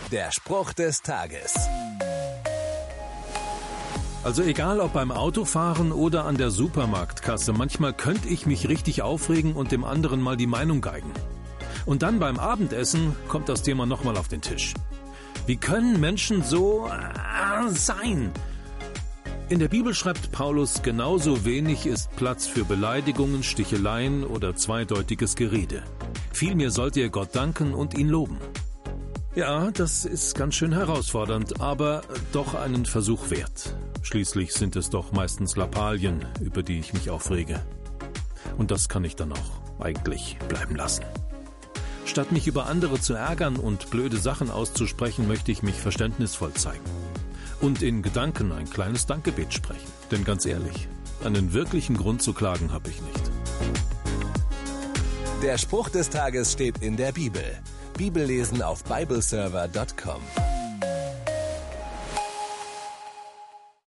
Der Spruch des Tages. Also egal ob beim Autofahren oder an der Supermarktkasse, manchmal könnte ich mich richtig aufregen und dem anderen mal die Meinung geigen. Und dann beim Abendessen kommt das Thema nochmal auf den Tisch. Wie können Menschen so sein? In der Bibel schreibt Paulus, genauso wenig ist Platz für Beleidigungen, Sticheleien oder zweideutiges Gerede. Vielmehr sollt ihr Gott danken und ihn loben. Ja, das ist ganz schön herausfordernd, aber doch einen Versuch wert. Schließlich sind es doch meistens Lappalien, über die ich mich aufrege. Und das kann ich dann auch eigentlich bleiben lassen. Statt mich über andere zu ärgern und blöde Sachen auszusprechen, möchte ich mich verständnisvoll zeigen. Und in Gedanken ein kleines Dankgebet sprechen. Denn ganz ehrlich, einen wirklichen Grund zu klagen habe ich nicht. Der Spruch des Tages steht in der Bibel. Bibellesen auf bibleserver.com.